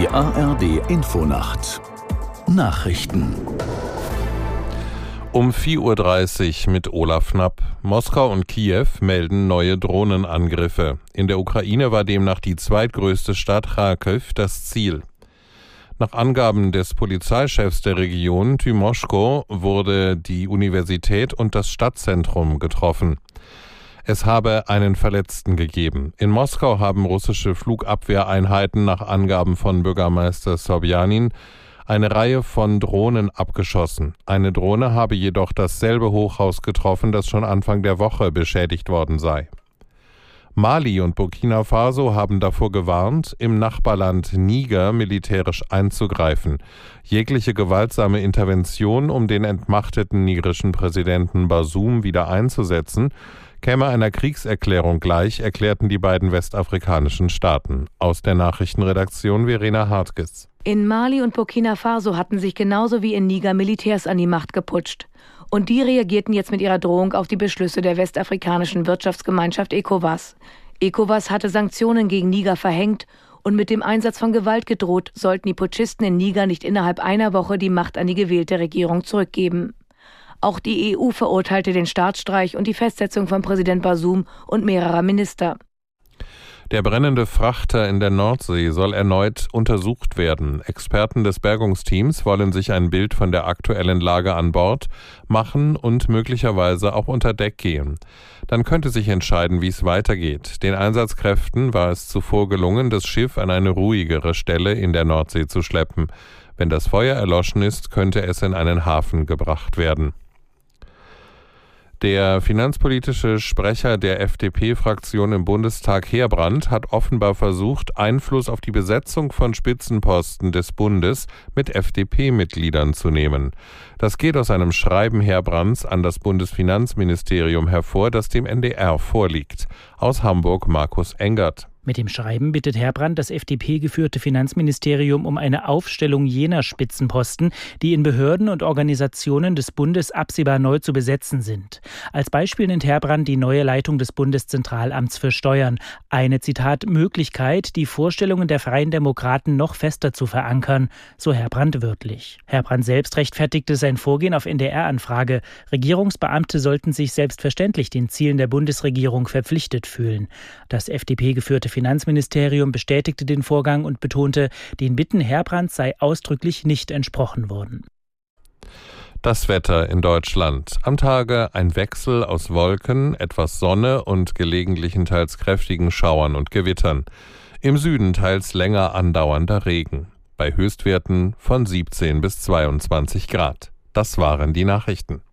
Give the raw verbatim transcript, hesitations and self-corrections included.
A R D Infonacht Nachrichten. Um vier Uhr dreißig mit Olaf Knapp. Moskau und Kiew melden neue Drohnenangriffe. In der Ukraine war demnach die zweitgrößte Stadt Charkiw das Ziel. Nach Angaben des Polizeichefs der Region Tymoschko wurde die Universität und das Stadtzentrum getroffen. Es habe einen Verletzten gegeben. In Moskau haben russische Flugabwehreinheiten nach Angaben von Bürgermeister Sobjanin eine Reihe von Drohnen abgeschossen. Eine Drohne habe jedoch dasselbe Hochhaus getroffen, das schon Anfang der Woche beschädigt worden sei. Mali und Burkina Faso haben davor gewarnt, im Nachbarland Niger militärisch einzugreifen. Jegliche gewaltsame Intervention, um den entmachteten nigerischen Präsidenten Bazoum wieder einzusetzen, käme einer Kriegserklärung gleich, erklärten die beiden westafrikanischen Staaten. Aus der Nachrichtenredaktion Verena Hartges. In Mali und Burkina Faso hatten sich genauso wie in Niger Militärs an die Macht geputscht. Und die reagierten jetzt mit ihrer Drohung auf die Beschlüsse der westafrikanischen Wirtschaftsgemeinschaft ECOWAS. ECOWAS hatte Sanktionen gegen Niger verhängt und mit dem Einsatz von Gewalt gedroht, sollten die Putschisten in Niger nicht innerhalb einer Woche die Macht an die gewählte Regierung zurückgeben. Auch die E U verurteilte den Staatsstreich und die Festsetzung von Präsident Bazoum und mehrerer Minister. Der brennende Frachter in der Nordsee soll erneut untersucht werden. Experten des Bergungsteams wollen sich ein Bild von der aktuellen Lage an Bord machen und möglicherweise auch unter Deck gehen. Dann könnte sich entscheiden, wie es weitergeht. Den Einsatzkräften war es zuvor gelungen, das Schiff an eine ruhigere Stelle in der Nordsee zu schleppen. Wenn das Feuer erloschen ist, könnte es in einen Hafen gebracht werden. Der finanzpolitische Sprecher der F D P-Fraktion im Bundestag, Heerbrand, hat offenbar versucht, Einfluss auf die Besetzung von Spitzenposten des Bundes mit F D P-Mitgliedern zu nehmen. Das geht aus einem Schreiben Heerbrands an das Bundesfinanzministerium hervor, das dem N D R vorliegt. Aus Hamburg Markus Engert. Mit dem Schreiben bittet Heerbrand das F D P-geführte Finanzministerium um eine Aufstellung jener Spitzenposten, die in Behörden und Organisationen des Bundes absehbar neu zu besetzen sind. Als Beispiel nennt Heerbrand die neue Leitung des Bundeszentralamts für Steuern. Eine, Zitat, Möglichkeit, die Vorstellungen der Freien Demokraten noch fester zu verankern, so Heerbrand wörtlich. Heerbrand selbst rechtfertigte sein Vorgehen auf N D R-Anfrage. Regierungsbeamte sollten sich selbstverständlich den Zielen der Bundesregierung verpflichtet fühlen. Das F D P-geführte Finanzministerium bestätigte den Vorgang und betonte, den Bitten Heerbrands sei ausdrücklich nicht entsprochen worden. Das Wetter in Deutschland. Am Tage ein Wechsel aus Wolken, etwas Sonne und gelegentlichen teils kräftigen Schauern und Gewittern. Im Süden teils länger andauernder Regen. Bei Höchstwerten von siebzehn bis zweiundzwanzig Grad. Das waren die Nachrichten.